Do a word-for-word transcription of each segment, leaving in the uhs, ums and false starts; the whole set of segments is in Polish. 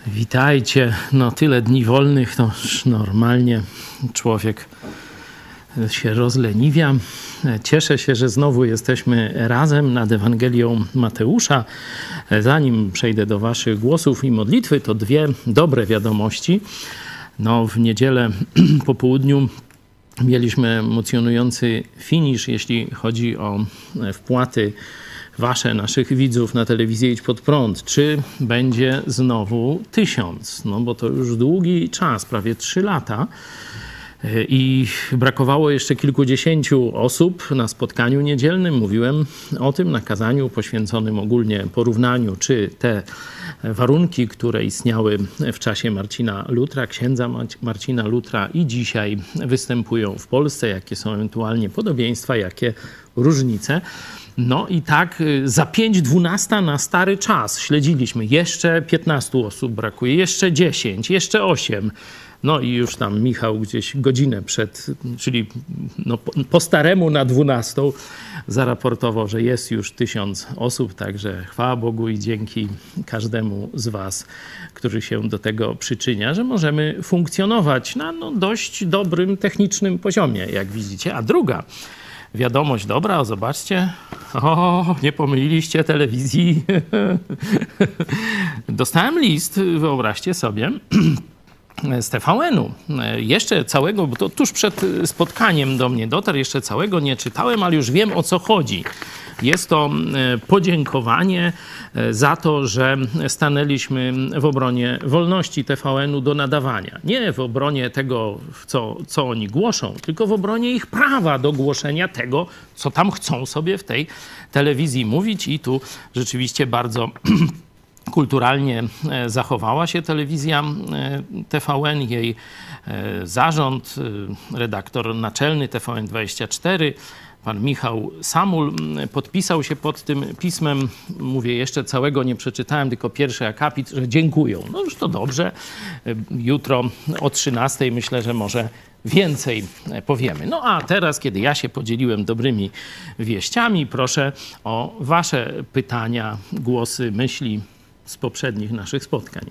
Witajcie. No tyle dni wolnych, to już normalnie człowiek się rozleniwia. Cieszę się, że znowu jesteśmy razem nad Ewangelią Mateusza. Zanim przejdę do waszych głosów i modlitwy, to dwie dobre wiadomości. No, w niedzielę po południu mieliśmy emocjonujący finisz, jeśli chodzi o wpłaty wasze, naszych widzów na telewizję Idź Pod Prąd. Czy będzie znowu tysiąc? No bo to już długi czas, prawie trzy lata. I brakowało jeszcze kilkudziesięciu osób na spotkaniu niedzielnym. Mówiłem o tym na kazaniu poświęconym ogólnie porównaniu, czy te warunki, które istniały w czasie Marcina Lutra, księdza Marcina Lutra i dzisiaj występują w Polsce, jakie są ewentualnie podobieństwa, jakie różnice. No i tak za pięć dwunasta na stary czas śledziliśmy. Jeszcze piętnastu osób brakuje, jeszcze dziesięć, jeszcze osiem. No i już tam Michał gdzieś godzinę przed, czyli no po, po staremu na dwunastą zaraportował, że jest już tysiąc osób, także chwała Bogu i dzięki każdemu z was, który się do tego przyczynia, że możemy funkcjonować na no, dość dobrym technicznym poziomie, jak widzicie. A druga wiadomość dobra, o zobaczcie, o, nie pomyliliście telewizji. Dostałem list, wyobraźcie sobie, z T V N-u. Jeszcze całego, bo to tuż przed spotkaniem do mnie dotarł, jeszcze całego nie czytałem, ale już wiem, o co chodzi. Jest to podziękowanie za to, że stanęliśmy w obronie wolności T V N-u do nadawania. Nie w obronie tego, co, co oni głoszą, tylko w obronie ich prawa do głoszenia tego, co tam chcą sobie w tej telewizji mówić. I tu rzeczywiście bardzo kulturalnie zachowała się telewizja T V N, jej zarząd, redaktor naczelny T V N dwadzieścia cztery, pan Michał Samul, podpisał się pod tym pismem. Mówię, jeszcze całego nie przeczytałem, tylko pierwszy akapit, że dziękują. No już to dobrze. Jutro o trzynastej myślę, że może więcej powiemy. No a teraz, kiedy ja się podzieliłem dobrymi wieściami, proszę o wasze pytania, głosy, myśli z poprzednich naszych spotkań.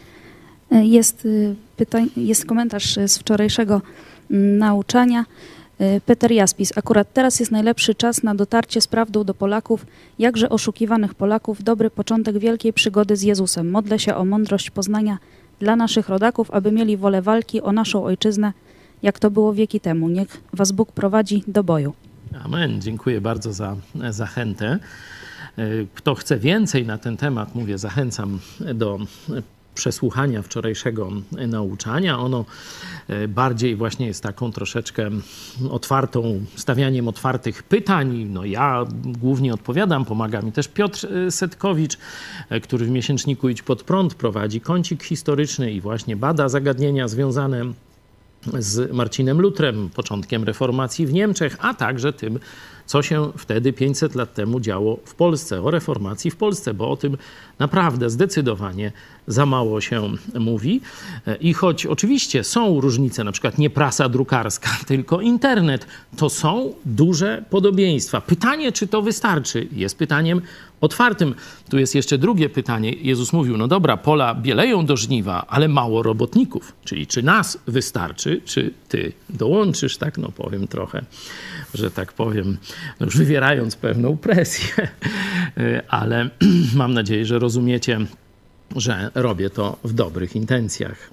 Jest, pytań, jest komentarz z wczorajszego nauczania. Peter Jaspis. Akurat teraz jest najlepszy czas na dotarcie z prawdą do Polaków, jakże oszukiwanych Polaków. Dobry początek wielkiej przygody z Jezusem. Modlę się o mądrość poznania dla naszych rodaków, aby mieli wolę walki o naszą ojczyznę, jak to było wieki temu. Niech was Bóg prowadzi do boju. Amen. Dziękuję bardzo za zachętę. Kto chce więcej na ten temat, mówię, zachęcam do przesłuchania wczorajszego nauczania. Ono bardziej właśnie jest taką troszeczkę otwartą, stawianiem otwartych pytań. No ja głównie odpowiadam, pomaga mi też Piotr Setkowicz, który w miesięczniku Idź Pod Prąd prowadzi kącik historyczny i właśnie bada zagadnienia związane z Marcinem Lutrem, początkiem reformacji w Niemczech, a także tym, co się wtedy pięćset lat temu działo w Polsce, o reformacji w Polsce, bo o tym naprawdę zdecydowanie za mało się mówi. I choć oczywiście są różnice, na przykład nie prasa drukarska, tylko internet, to są duże podobieństwa. Pytanie, czy to wystarczy, jest pytaniem otwartym. Tu jest jeszcze drugie pytanie. Jezus mówił, no dobra, pola bieleją do żniwa, ale mało robotników. Czyli czy nas wystarczy, czy ty dołączysz, tak no powiem trochę, że tak powiem, no już wywierając pewną presję. Ale mam nadzieję, że rozumiecie, że robię to w dobrych intencjach.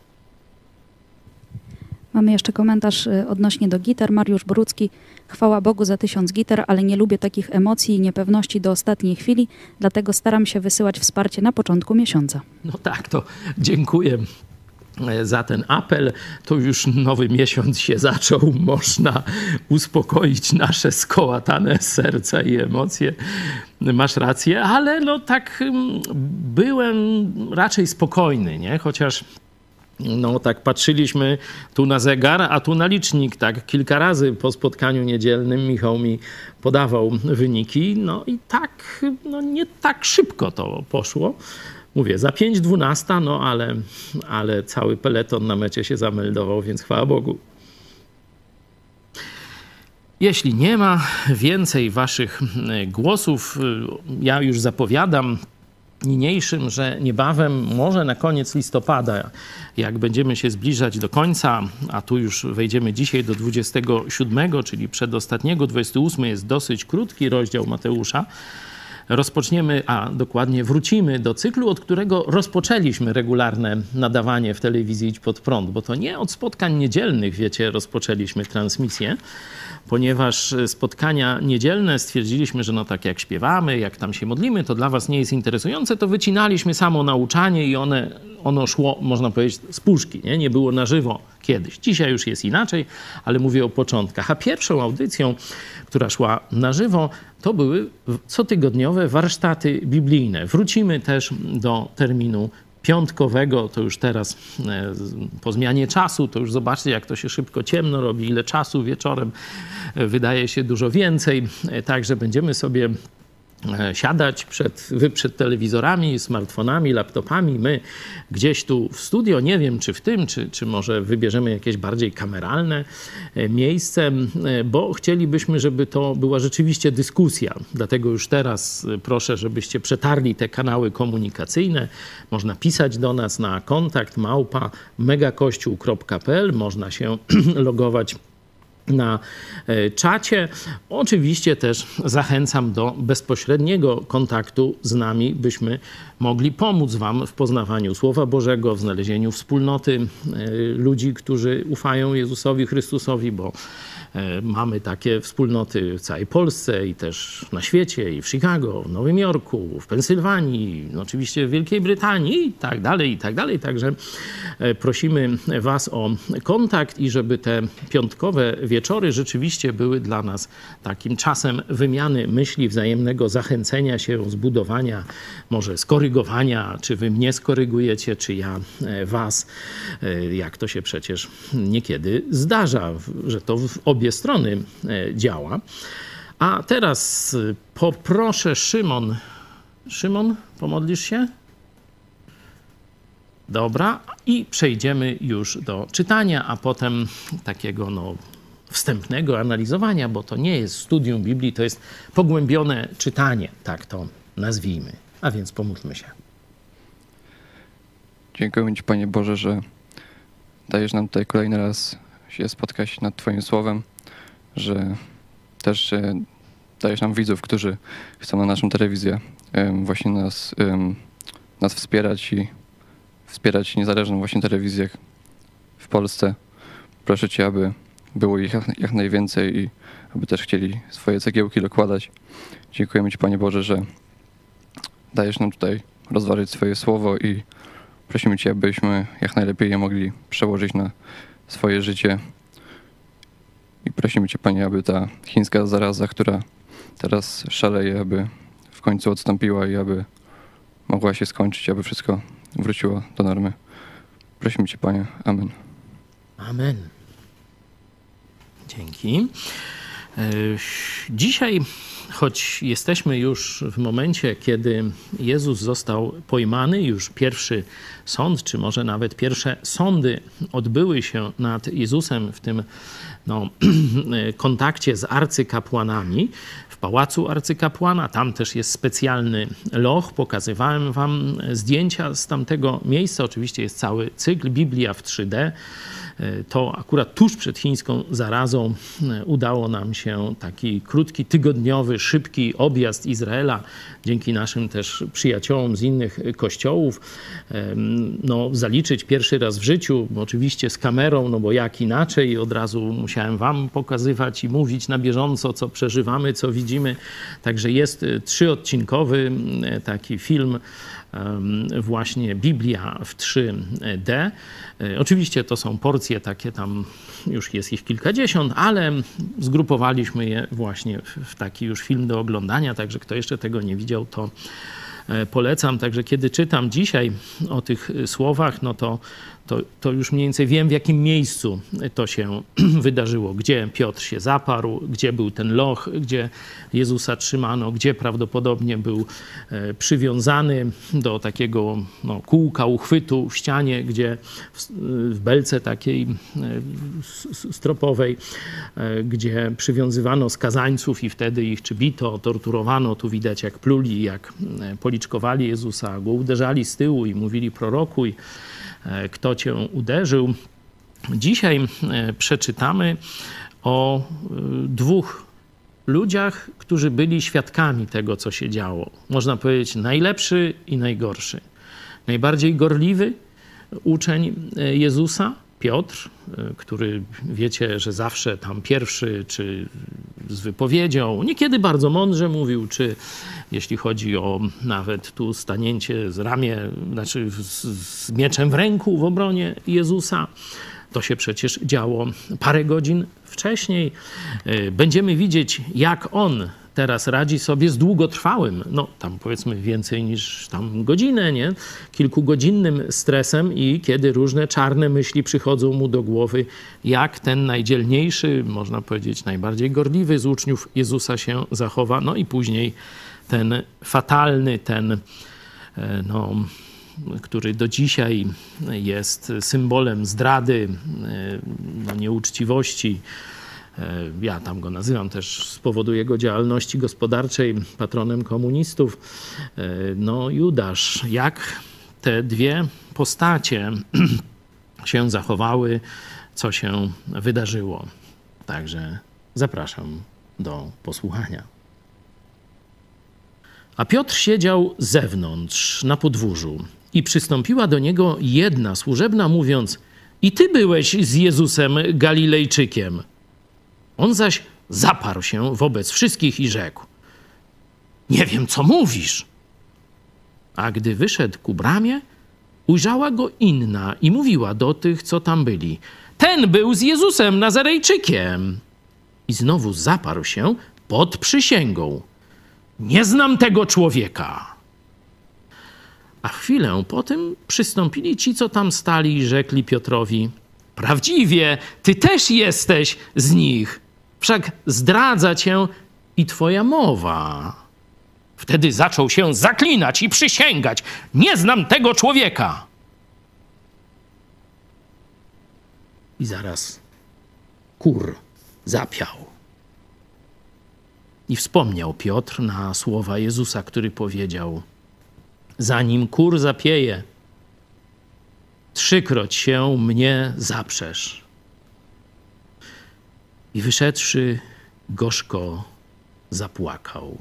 Mamy jeszcze komentarz odnośnie do gitar. Mariusz Borucki. Chwała Bogu za tysiąc gitar, ale nie lubię takich emocji i niepewności do ostatniej chwili, dlatego staram się wysyłać wsparcie na początku miesiąca. No tak, to dziękuję za ten apel. To już nowy miesiąc się zaczął. Można uspokoić nasze skołatane serca i emocje. Masz rację, ale no tak byłem raczej spokojny, nie? Chociaż no tak patrzyliśmy tu na zegar, a tu na licznik. Tak kilka razy po spotkaniu niedzielnym Michał mi podawał wyniki. No i tak, no nie tak szybko to poszło. Mówię, za pięć dwunasta, no ale, ale cały peleton na mecie się zameldował, więc chwała Bogu. Jeśli nie ma więcej waszych głosów, ja już zapowiadam niniejszym, że niebawem, może na koniec listopada, jak będziemy się zbliżać do końca, a tu już wejdziemy dzisiaj do dwudziestego siódmego, czyli przedostatniego, dwudziesty ósmy jest dosyć krótki rozdział Mateusza, rozpoczniemy, a dokładnie wrócimy do cyklu, od którego rozpoczęliśmy regularne nadawanie w telewizji Idź Pod Prąd, bo to nie od spotkań niedzielnych, wiecie, rozpoczęliśmy transmisję, ponieważ spotkania niedzielne stwierdziliśmy, że no tak jak śpiewamy, jak tam się modlimy, to dla was nie jest interesujące, to wycinaliśmy samo nauczanie i one, ono szło, można powiedzieć, z puszki, nie? Nie było na żywo kiedyś. Dzisiaj już jest inaczej, ale mówię o początkach. A pierwszą audycją, która szła na żywo, to były cotygodniowe warsztaty biblijne. Wrócimy też do terminu piątkowego, to już teraz po zmianie czasu, to już zobaczcie, jak to się szybko ciemno robi, ile czasu wieczorem wydaje się dużo więcej. Także będziemy sobie siadać przed, wy przed telewizorami, smartfonami, laptopami, my gdzieś tu w studio, nie wiem czy w tym, czy, czy może wybierzemy jakieś bardziej kameralne miejsce, bo chcielibyśmy, żeby to była rzeczywiście dyskusja. Dlatego już teraz proszę, żebyście przetarli te kanały komunikacyjne. Można pisać do nas na kontakt małpa megakościół kropka p l, można się logować na czacie. Oczywiście też zachęcam do bezpośredniego kontaktu z nami, byśmy mogli pomóc wam w poznawaniu Słowa Bożego, w znalezieniu wspólnoty ludzi, którzy ufają Jezusowi Chrystusowi, bo mamy takie wspólnoty w całej Polsce i też na świecie, i w Chicago, w Nowym Jorku, w Pensylwanii, no oczywiście w Wielkiej Brytanii i tak dalej, i tak dalej. Także prosimy was o kontakt i żeby te piątkowe wieczory rzeczywiście były dla nas takim czasem wymiany myśli, wzajemnego zachęcenia się, zbudowania, może skorygowania, czy wy mnie skorygujecie, czy ja was, jak to się przecież niekiedy zdarza, że to w obie strony działa. A teraz poproszę Szymon. Szymon, pomodlisz się? Dobra. I przejdziemy już do czytania, a potem takiego no, wstępnego analizowania, bo to nie jest studium Biblii, to jest pogłębione czytanie, tak to nazwijmy. A więc pomódlmy się. Dziękuję Ci, Panie Boże, że dajesz nam tutaj kolejny raz się spotkać nad Twoim Słowem, że też dajesz nam widzów, którzy chcą na naszą telewizję właśnie nas, nas wspierać i wspierać niezależną właśnie telewizję w Polsce. Proszę Cię, aby było ich jak najwięcej i aby też chcieli swoje cegiełki dokładać. Dziękujemy Ci, Panie Boże, że dajesz nam tutaj rozważyć swoje słowo i prosimy Cię, abyśmy jak najlepiej je mogli przełożyć na swoje życie. I prosimy Cię, Panie, aby ta chińska zaraza, która teraz szaleje, aby w końcu odstąpiła i aby mogła się skończyć, aby wszystko wróciło do normy. Prosimy Cię, Panie. Amen. Amen. Dzięki. Dzisiaj, choć jesteśmy już w momencie, kiedy Jezus został pojmany, już pierwszy sąd, czy może nawet pierwsze sądy odbyły się nad Jezusem w tym no, kontakcie z arcykapłanami, w pałacu arcykapłana. Tam też jest specjalny loch. Pokazywałem wam zdjęcia z tamtego miejsca. Oczywiście jest cały cykl Biblia w trzy D. To akurat tuż przed chińską zarazą udało nam się taki krótki, tygodniowy, szybki objazd Izraela, dzięki naszym też przyjaciołom z innych kościołów, no, zaliczyć pierwszy raz w życiu, oczywiście z kamerą, no bo jak inaczej, od razu musiałem wam pokazywać i mówić na bieżąco, co przeżywamy, co widzimy. Także jest trzyodcinkowy taki film, właśnie Biblia w trzy D. Oczywiście to są porcje takie, tam już jest ich kilkadziesiąt, ale zgrupowaliśmy je właśnie w taki już film do oglądania, także kto jeszcze tego nie widział, to polecam. Także kiedy czytam dzisiaj o tych słowach, no to, to, to już mniej więcej wiem, w jakim miejscu to się wydarzyło. Gdzie Piotr się zaparł, gdzie był ten loch, gdzie Jezusa trzymano, gdzie prawdopodobnie był przywiązany do takiego no, kółka, uchwytu w ścianie, gdzie w, w belce takiej stropowej, gdzie przywiązywano skazańców i wtedy ich czy bito, torturowano. Tu widać, jak pluli, jak policjanci policzkowali Jezusa, go uderzali z tyłu i mówili: prorokuj, kto cię uderzył. Dzisiaj przeczytamy o dwóch ludziach, którzy byli świadkami tego, co się działo. Można powiedzieć najlepszy i najgorszy. Najbardziej gorliwy uczeń Jezusa, Piotr, który wiecie, że zawsze tam pierwszy, czy z wypowiedzią, niekiedy bardzo mądrze mówił, czy jeśli chodzi o nawet tu stanięcie z ramię, znaczy z, z mieczem w ręku w obronie Jezusa. To się przecież działo parę godzin wcześniej. Będziemy widzieć, jak on teraz radzi sobie z długotrwałym, no tam powiedzmy więcej niż tam godzinę, nie? Kilkugodzinnym stresem i kiedy różne czarne myśli przychodzą mu do głowy, jak ten najdzielniejszy, można powiedzieć najbardziej gorliwy z uczniów Jezusa się zachowa. No i później ten fatalny, ten no, który do dzisiaj jest symbolem zdrady, no, nieuczciwości. Ja tam go nazywam też z powodu jego działalności gospodarczej patronem komunistów. No Judasz, jak te dwie postacie się zachowały, co się wydarzyło. Także zapraszam do posłuchania. A Piotr siedział zewnątrz na podwórzu i przystąpiła do niego jedna służebna, mówiąc: i ty byłeś z Jezusem Galilejczykiem. On zaś zaparł się wobec wszystkich i rzekł: nie wiem, co mówisz. A gdy wyszedł ku bramie, ujrzała go inna i mówiła do tych, co tam byli: ten był z Jezusem Nazarejczykiem. I znowu zaparł się pod przysięgą: nie znam tego człowieka. A chwilę potem przystąpili ci, co tam stali, i rzekli Piotrowi: prawdziwie, ty też jesteś z nich, wszak zdradza cię i twoja mowa. Wtedy zaczął się zaklinać i przysięgać: nie znam tego człowieka. I zaraz kur zapiał. I wspomniał Piotr na słowa Jezusa, który powiedział: zanim kur zapieje, trzykroć się mnie zaprzesz. I wyszedłszy, gorzko zapłakał.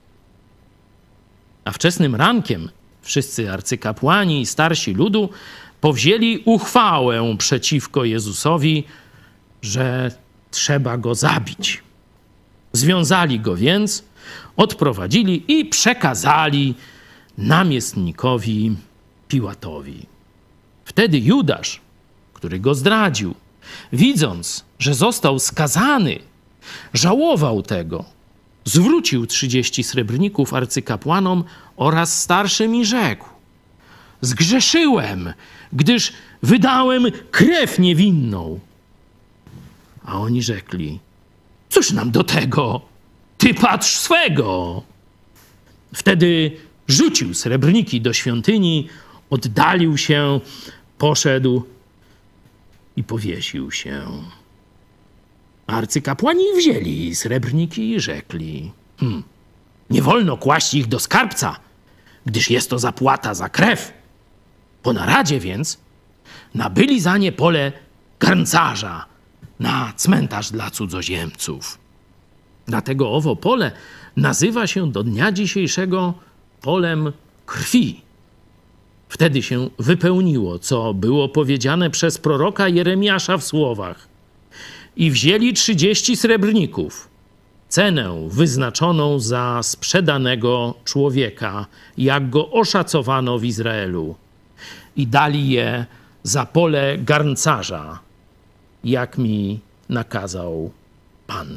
A wczesnym rankiem wszyscy arcykapłani i starsi ludu powzięli uchwałę przeciwko Jezusowi, że trzeba go zabić. Związali go więc, odprowadzili i przekazali namiestnikowi Piłatowi. Wtedy Judasz, który go zdradził, widząc, że został skazany, żałował tego. Zwrócił trzydzieści srebrników arcykapłanom oraz starszym i rzekł: zgrzeszyłem, gdyż wydałem krew niewinną. A oni rzekli: cóż nam do tego? Ty patrz swego. Wtedy rzucił srebrniki do świątyni, oddalił się, poszedł i powiesił się. Arcykapłani wzięli srebrniki i rzekli: hm, nie wolno kłaść ich do skarbca, gdyż jest to zapłata za krew. Po naradzie więc nabyli za nie pole garncarza na cmentarz dla cudzoziemców. Dlatego owo pole nazywa się do dnia dzisiejszego polem krwi. Wtedy się wypełniło, co było powiedziane przez proroka Jeremiasza w słowach: i wzięli trzydzieści srebrników, cenę wyznaczoną za sprzedanego człowieka, jak go oszacowano w Izraelu, i dali je za pole garncarza, jak mi nakazał Pan.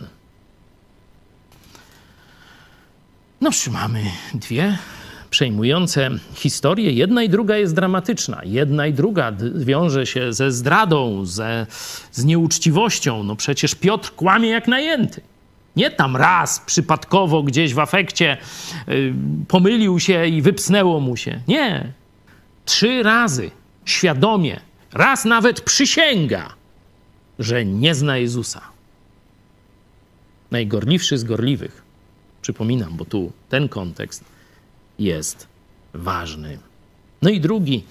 Noż mamy dwie przejmujące historie. Jedna i druga jest dramatyczna. Jedna i druga wiąże się ze zdradą, ze, z nieuczciwością. No przecież Piotr kłamie jak najęty. Nie tam raz przypadkowo gdzieś w afekcie yy, pomylił się i wypsnęło mu się. Nie. Trzy razy świadomie, raz nawet przysięga, że nie zna Jezusa. Najgorliwszy z gorliwych. Przypominam, bo tu ten kontekst jest ważny. No i drugi.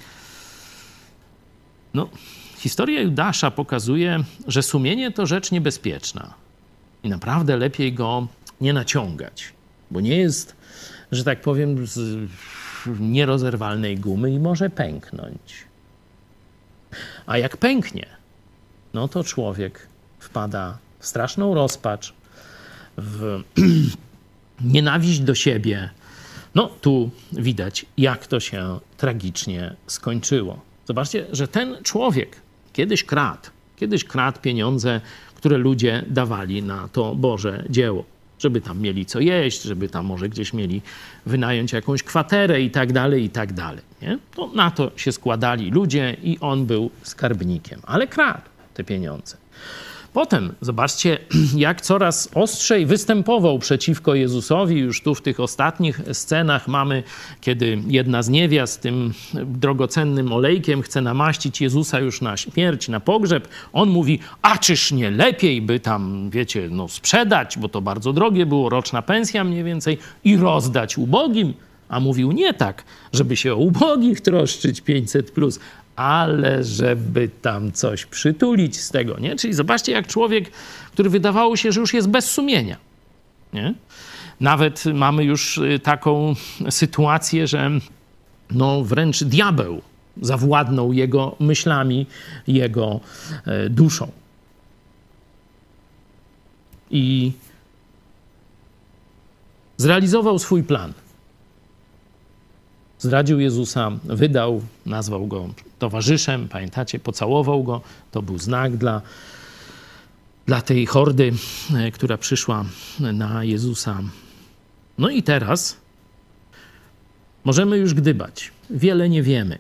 No, historia Judasza pokazuje, że sumienie to rzecz niebezpieczna i naprawdę lepiej go nie naciągać, bo nie jest, że tak powiem, z nierozerwalnej gumy i może pęknąć. A jak pęknie, no to człowiek wpada w straszną rozpacz, w nienawiść do siebie. No tu widać, jak to się tragicznie skończyło. Zobaczcie, że ten człowiek kiedyś kradł, kiedyś kradł pieniądze, które ludzie dawali na to Boże dzieło, żeby tam mieli co jeść, żeby tam może gdzieś mieli wynająć jakąś kwaterę i tak dalej, i tak dalej. Nie? To na to się składali ludzie i on był skarbnikiem, ale kradł te pieniądze. Potem zobaczcie, jak coraz ostrzej występował przeciwko Jezusowi. Już tu w tych ostatnich scenach mamy, kiedy jedna z niewiast tym drogocennym olejkiem chce namaścić Jezusa już na śmierć, na pogrzeb. On mówi, a czyż nie lepiej by tam, wiecie, no sprzedać, bo to bardzo drogie było, roczna pensja mniej więcej, i rozdać ubogim. A mówił nie tak, żeby się o ubogich troszczyć pięćset plus, ale żeby tam coś przytulić z tego, nie? Czyli zobaczcie, jak człowiek, który wydawało się, że już jest bez sumienia, nie? Nawet mamy już taką sytuację, że no wręcz diabeł zawładnął jego myślami, jego duszą. I zrealizował swój plan. Zdradził Jezusa, wydał, nazwał go towarzyszem, pamiętacie, pocałował go. To był znak dla, dla tej hordy, która przyszła na Jezusa. No i teraz możemy już gdybać. Wiele nie wiemy.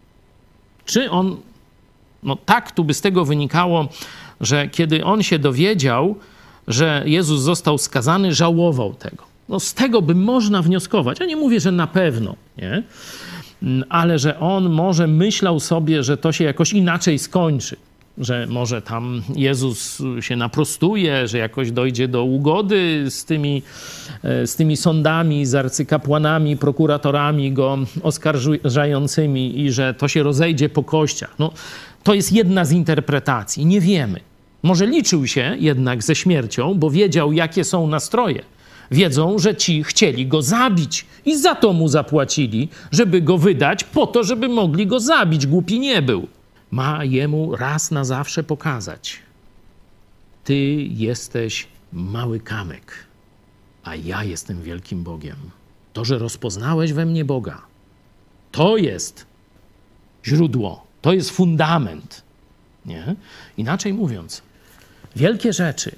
Czy on, no tak tu by z tego wynikało, że kiedy on się dowiedział, że Jezus został skazany, żałował tego. No z tego by można wnioskować. Ja nie mówię, że na pewno, nie? Ale że on może myślał sobie, że to się jakoś inaczej skończy. Że może tam Jezus się naprostuje, że jakoś dojdzie do ugody z tymi, z tymi sądami, z arcykapłanami, prokuratorami go oskarżającymi i że to się rozejdzie po kościach. No, to jest jedna z interpretacji. Nie wiemy. Może liczył się jednak ze śmiercią, bo wiedział, jakie są nastroje. Wiedzą, że ci chcieli go zabić i za to mu zapłacili, żeby go wydać po to, żeby mogli go zabić. Głupi nie był. Ma jemu raz na zawsze pokazać. Ty jesteś mały kamyk, a ja jestem wielkim Bogiem. To, że rozpoznałeś we mnie Boga, to jest źródło, to jest fundament. Nie? Inaczej mówiąc, wielkie rzeczy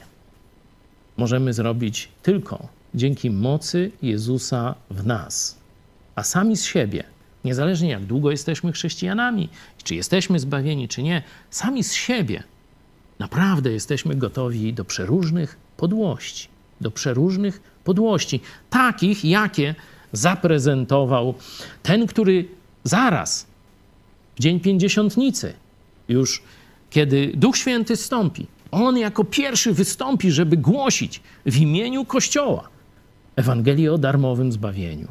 możemy zrobić tylko dzięki mocy Jezusa w nas. A sami z siebie, niezależnie jak długo jesteśmy chrześcijanami, czy jesteśmy zbawieni, czy nie, sami z siebie naprawdę jesteśmy gotowi do przeróżnych podłości. Do przeróżnych podłości. Takich, jakie zaprezentował ten, który zaraz, w dzień pięćdziesiątnicy, już kiedy Duch Święty zstąpi, on jako pierwszy wystąpi, żeby głosić w imieniu Kościoła Ewangelię o darmowym zbawieniu.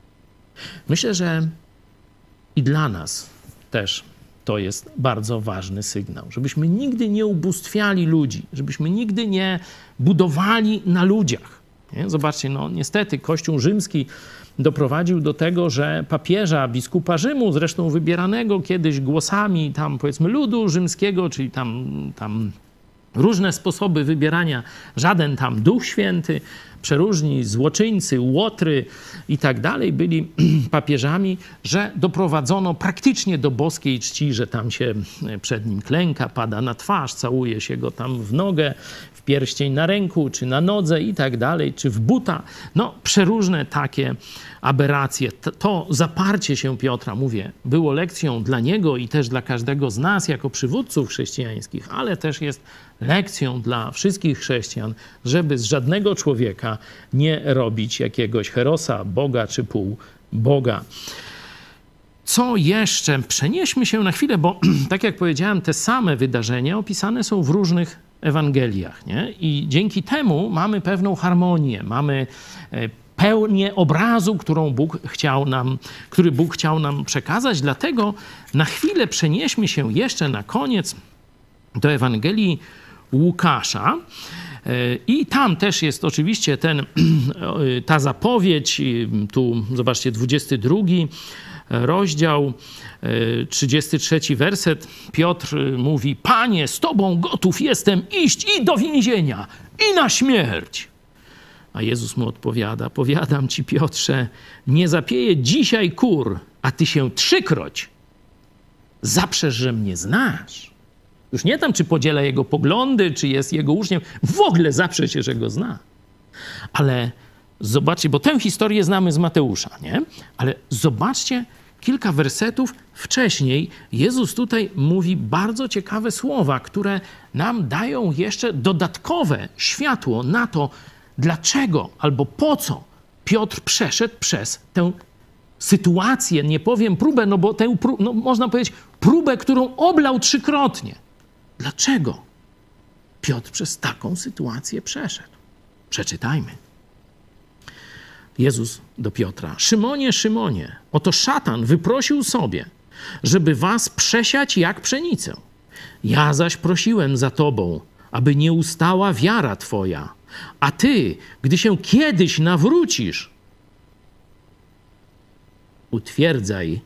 Myślę, że i dla nas też to jest bardzo ważny sygnał, żebyśmy nigdy nie ubóstwiali ludzi, żebyśmy nigdy nie budowali na ludziach. Nie? Zobaczcie, no niestety Kościół rzymski doprowadził do tego, że papieża, biskupa Rzymu, zresztą wybieranego kiedyś głosami tam powiedzmy ludu rzymskiego, czyli tam, tam różne sposoby wybierania, żaden tam Duch Święty, przeróżni złoczyńcy, łotry i tak dalej byli papieżami, że doprowadzono praktycznie do boskiej czci, że tam się przed nim klęka, pada na twarz, całuje się go tam w nogę, w pierścień na ręku, czy na nodze i tak dalej, czy w buta. No, przeróżne takie aberracje. To, to zaparcie się Piotra, mówię, było lekcją dla niego i też dla każdego z nas jako przywódców chrześcijańskich, ale też jest lekcją dla wszystkich chrześcijan, żeby z żadnego człowieka nie robić jakiegoś herosa, Boga czy pół Boga. Co jeszcze? Przenieśmy się na chwilę, bo tak jak powiedziałem, te same wydarzenia opisane są w różnych Ewangeliach, nie? I dzięki temu mamy pewną harmonię, mamy pełnię obrazu, którą Bóg chciał nam, który Bóg chciał nam przekazać. Dlatego na chwilę przenieśmy się jeszcze na koniec do Ewangelii Łukasza. I tam też jest oczywiście ten, ta zapowiedź, tu zobaczcie, dwudziesty drugi rozdział, trzydziesty trzeci werset. Piotr mówi: Panie, z Tobą gotów jestem iść i do więzienia, i na śmierć. A Jezus mu odpowiada: powiadam ci, Piotrze, nie zapieje dzisiaj kur, a ty się trzykroć zaprzesz, że mnie znasz. Już nie tam, czy podziela jego poglądy, czy jest jego uczniem. W ogóle zaprze się, że go zna. Ale zobaczcie, bo tę historię znamy z Mateusza, nie? Ale zobaczcie, kilka wersetów wcześniej Jezus tutaj mówi bardzo ciekawe słowa, które nam dają jeszcze dodatkowe światło na to, dlaczego albo po co Piotr przeszedł przez tę sytuację, nie powiem próbę, no bo tę, no można powiedzieć, próbę, którą oblał trzykrotnie. Dlaczego Piotr przez taką sytuację przeszedł? Przeczytajmy. Jezus do Piotra: Szymonie, Szymonie, oto szatan wyprosił sobie, żeby was przesiać jak pszenicę. Ja zaś prosiłem za tobą, aby nie ustała wiara twoja. A ty, gdy się kiedyś nawrócisz, utwierdzaj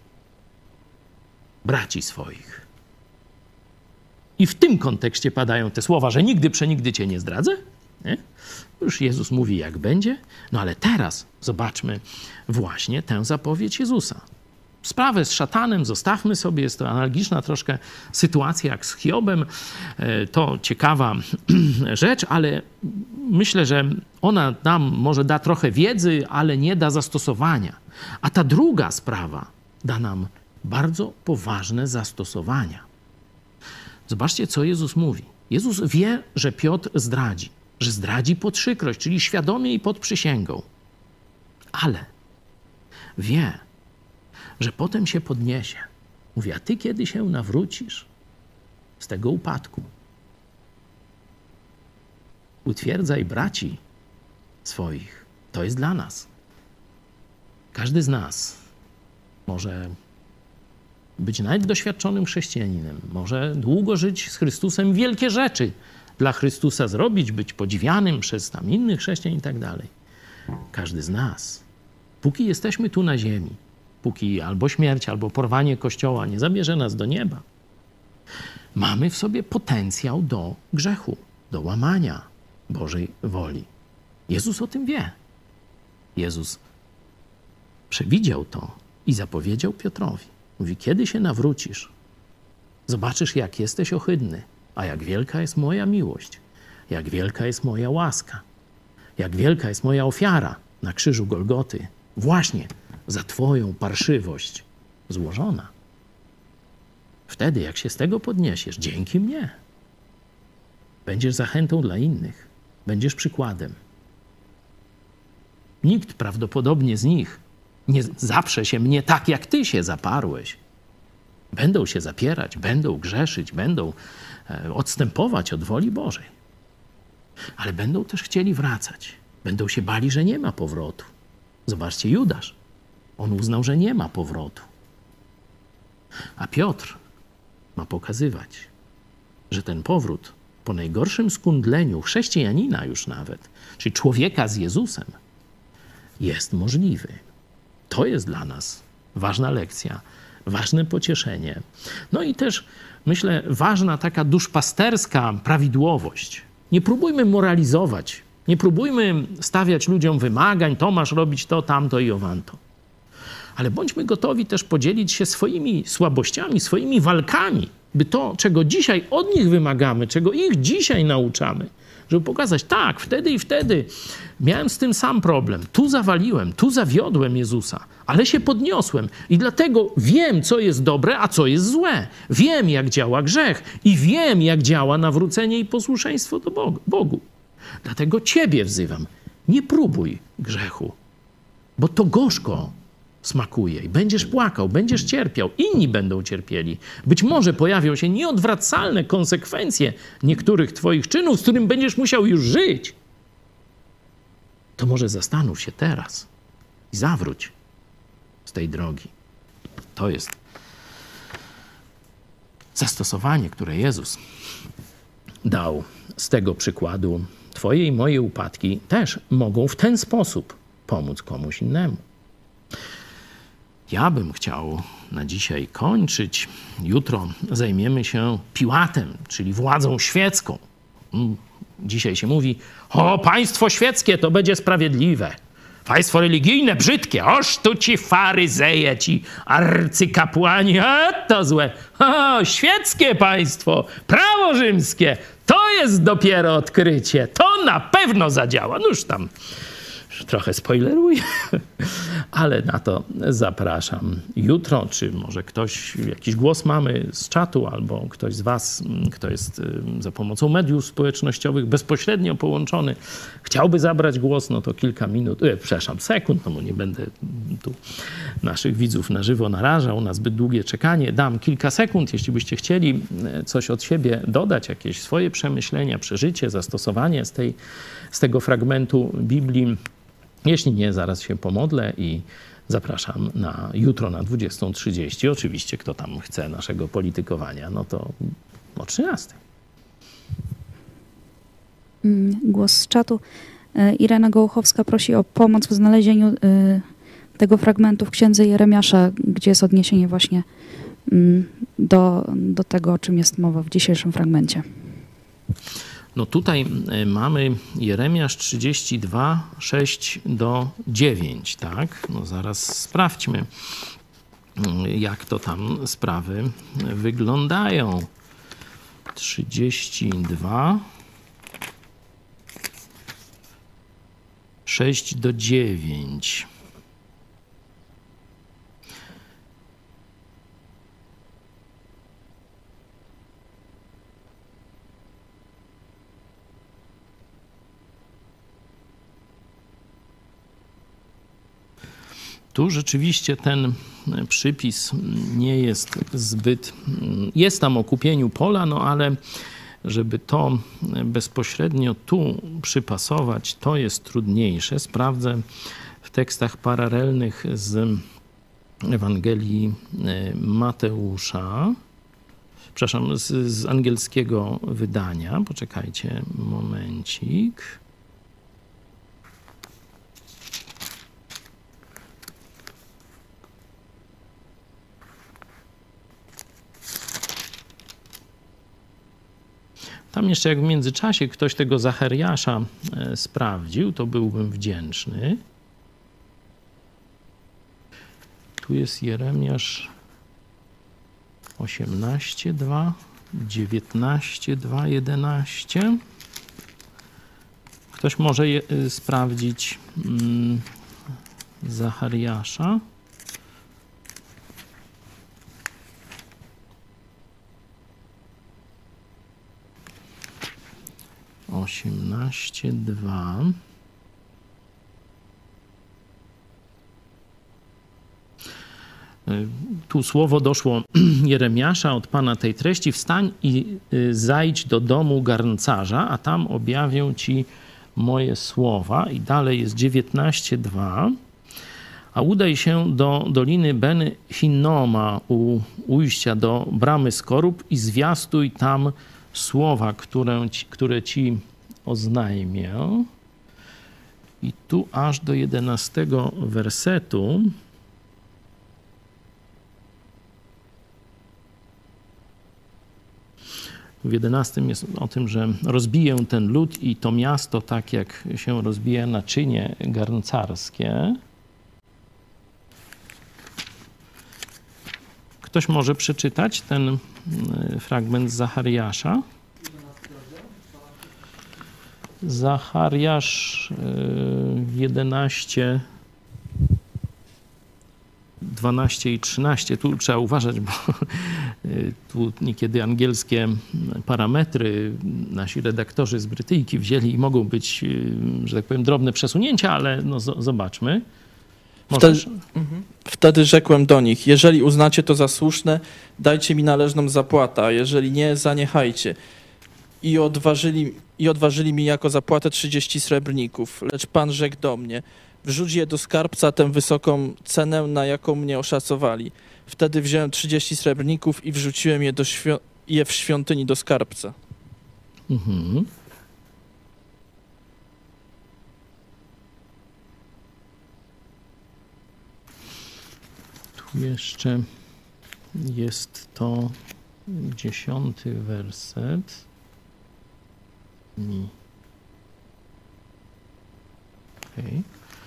braci swoich. I w tym kontekście padają te słowa, że nigdy przenigdy cię nie zdradzę. Nie? Już Jezus mówi, jak będzie. No ale teraz zobaczmy właśnie tę zapowiedź Jezusa. Sprawę z szatanem zostawmy sobie, jest to analogiczna troszkę sytuacja jak z Hiobem. To ciekawa rzecz, ale myślę, że ona nam może da trochę wiedzy, ale nie da zastosowania. A ta druga sprawa da nam bardzo poważne zastosowania. Zobaczcie, co Jezus mówi. Jezus wie, że Piotr zdradzi, że zdradzi po trzykroć, czyli świadomie i pod przysięgą. Ale wie, że potem się podniesie. Mówi: a ty kiedy się nawrócisz z tego upadku, utwierdzaj braci swoich. To jest dla nas. Każdy z nas może być nawet doświadczonym chrześcijaninem, może długo żyć z Chrystusem, wielkie rzeczy dla Chrystusa zrobić, być podziwianym przez tam innych chrześcijan i tak dalej. Każdy z nas, póki jesteśmy tu na ziemi, póki albo śmierć, albo porwanie Kościoła nie zabierze nas do nieba, mamy w sobie potencjał do grzechu, do łamania Bożej woli. Jezus o tym wie. Jezus przewidział to i zapowiedział Piotrowi. Mówi: kiedy się nawrócisz, zobaczysz, jak jesteś ohydny, a jak wielka jest moja miłość, jak wielka jest moja łaska, jak wielka jest moja ofiara na krzyżu Golgoty, właśnie za twoją parszywość złożona. Wtedy, jak się z tego podniesiesz, dzięki mnie, będziesz zachętą dla innych, będziesz przykładem. Nikt prawdopodobnie z nich nie zaprze się mnie tak, jak ty się zaparłeś. Będą się zapierać, będą grzeszyć, będą odstępować od woli Bożej. Ale będą też chcieli wracać. Będą się bali, że nie ma powrotu. Zobaczcie, Judasz. On uznał, że nie ma powrotu. A Piotr ma pokazywać, że ten powrót po najgorszym skundleniu chrześcijanina już nawet, czyli człowieka z Jezusem, jest możliwy. To jest dla nas ważna lekcja, ważne pocieszenie. No i też, myślę, ważna taka duszpasterska prawidłowość. Nie próbujmy moralizować, nie próbujmy stawiać ludziom wymagań, to masz robić to, tamto i owanto. Ale bądźmy gotowi też podzielić się swoimi słabościami, swoimi walkami, by to, czego dzisiaj od nich wymagamy, czego ich dzisiaj nauczamy, żeby pokazać, tak, wtedy i wtedy miałem z tym sam problem. Tu zawaliłem, tu zawiodłem Jezusa, ale się podniosłem i dlatego wiem, co jest dobre, a co jest złe. Wiem, jak działa grzech i wiem, jak działa nawrócenie i posłuszeństwo do Bogu. Dlatego ciebie wzywam. Nie próbuj grzechu, bo to gorzko smakuje i będziesz płakał, będziesz cierpiał, inni będą cierpieli. Być może pojawią się nieodwracalne konsekwencje niektórych twoich czynów, z którym będziesz musiał już żyć. to może zastanów się teraz i zawróć z tej drogi. To jest zastosowanie, które Jezus dał z tego przykładu. Twoje i moje upadki też mogą w ten sposób pomóc komuś innemu. Ja bym chciał na dzisiaj kończyć. Jutro zajmiemy się Piłatem, czyli władzą świecką. Dzisiaj się mówi, o, państwo świeckie to będzie sprawiedliwe. Państwo religijne, brzydkie, oż tu ci faryzeje, ci arcykapłani, a to złe. O, świeckie państwo, prawo rzymskie, to jest dopiero odkrycie, to na pewno zadziała. No już tam trochę spoileruję, ale na to zapraszam jutro, czy może ktoś, jakiś głos mamy z czatu, albo ktoś z was, kto jest za pomocą mediów społecznościowych bezpośrednio połączony, chciałby zabrać głos, no to kilka minut, e, przepraszam, sekund, no bo nie będę tu naszych widzów na żywo narażał na zbyt długie czekanie. Dam kilka sekund, jeśli byście chcieli coś od siebie dodać, jakieś swoje przemyślenia, przeżycie, zastosowanie z, tej, z tego fragmentu Biblii. Jeśli nie, zaraz się pomodlę i zapraszam na jutro na dwudziestą trzydzieści. Oczywiście, kto tam chce naszego politykowania, no to o trzynastej. Głos z czatu. Irena Gołuchowska prosi o pomoc w znalezieniu tego fragmentu w księdze Jeremiasza, gdzie jest odniesienie właśnie do, do tego, o czym jest mowa w dzisiejszym fragmencie. No tutaj mamy Jeremiasz trzydzieści dwa, sześć do dziewięć, tak? No zaraz sprawdźmy, jak to tam sprawy wyglądają. trzydzieści dwa, sześć do dziewięć. Tu rzeczywiście ten przypis nie jest zbyt... Jest tam o kupieniu pola, no ale żeby to bezpośrednio tu przypasować, to jest trudniejsze. Sprawdzę w tekstach paralelnych z Ewangelii Mateusza, przepraszam, z, z angielskiego wydania. Poczekajcie momencik. Tam jeszcze jak w międzyczasie ktoś tego Zachariasza e, sprawdził, to byłbym wdzięczny. Tu jest Jeremiasz osiemnaście, dwa, dziewiętnaście, dwa, jedenaście. Ktoś może je, y, sprawdzić mm, Zachariasza. osiemnaście, dwa. Tu słowo doszło Jeremiasza od Pana tej treści. Wstań i zajdź do domu garncarza, a tam objawię ci moje słowa. I dalej jest dziewiętnaście, dwa. A udaj się do doliny Ben Hinnoma u ujścia do bramy Skorup i zwiastuj tam słowa, które ci, które ci oznajmię. I tu aż do jedenastego wersetu w jedenastym jest o tym, że rozbiję ten lud i to miasto tak, jak się rozbija naczynie garncarskie. Ktoś może przeczytać ten fragment z Zachariasza? Zachariasz jedenaście, dwanaście i trzynaście. Tu trzeba uważać, bo tu niekiedy angielskie parametry nasi redaktorzy z Brytyjki wzięli i mogą być, że tak powiem, drobne przesunięcia, ale no zobaczmy. Wtedy, wtedy rzekłem do nich, jeżeli uznacie to za słuszne, dajcie mi należną zapłatę, a jeżeli nie, zaniechajcie. i odważyli, i odważyli mi jako zapłatę trzydzieści srebrników. Lecz Pan rzekł do mnie, wrzuć je do skarbca tę wysoką cenę, na jaką mnie oszacowali. Wtedy wziąłem trzydzieści srebrników i wrzuciłem je, do świ- je w świątyni do skarbca. Mhm. Tu jeszcze jest to dziesiąty werset. Okay.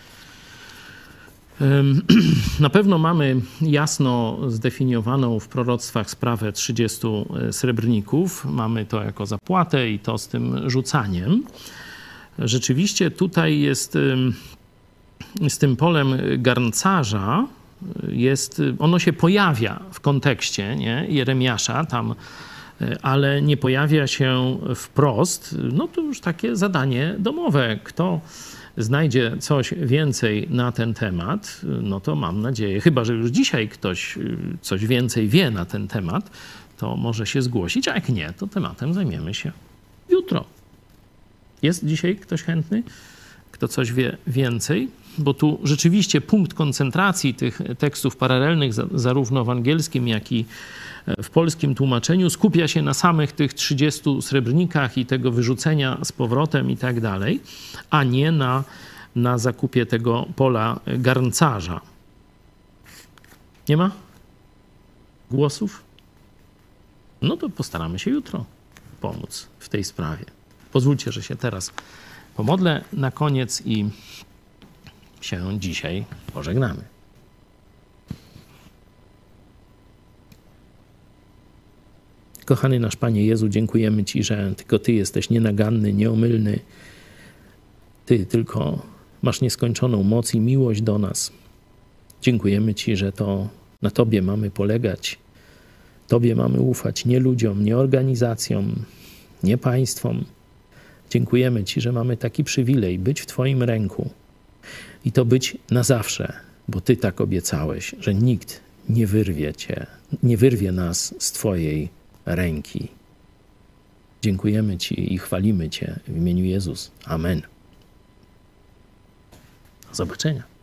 Na pewno mamy jasno zdefiniowaną w proroctwach sprawę trzydziestu srebrników. Mamy to jako zapłatę i to z tym rzucaniem. Rzeczywiście tutaj jest z tym polem garncarza, jest, ono się pojawia w kontekście, nie, Jeremiasza tam, ale nie pojawia się wprost. No to już takie zadanie domowe. Kto znajdzie coś więcej na ten temat, no to mam nadzieję, chyba że już dzisiaj ktoś coś więcej wie na ten temat, to może się zgłosić, a jak nie, to tematem zajmiemy się jutro. Jest dzisiaj ktoś chętny, kto coś wie więcej? Bo tu rzeczywiście punkt koncentracji tych tekstów paralelnych, zarówno w angielskim, jak i w polskim tłumaczeniu, skupia się na samych tych trzydziestu srebrnikach i tego wyrzucenia z powrotem i tak dalej, a nie na, na zakupie tego pola garncarza. Nie ma głosów? No to postaramy się jutro pomóc w tej sprawie. Pozwólcie, że się teraz pomodlę na koniec i się dzisiaj pożegnamy. Kochany nasz Panie Jezu, dziękujemy Ci, że tylko Ty jesteś nienaganny, nieomylny. Ty tylko masz nieskończoną moc i miłość do nas. Dziękujemy Ci, że to na Tobie mamy polegać. Tobie mamy ufać, nie ludziom, nie organizacjom, nie państwom. Dziękujemy Ci, że mamy taki przywilej być w Twoim ręku i to być na zawsze, bo Ty tak obiecałeś, że nikt nie wyrwie Cię, nie wyrwie nas z Twojej ręki. Dziękujemy Ci i chwalimy Cię w imieniu Jezus. Amen. Do zobaczenia.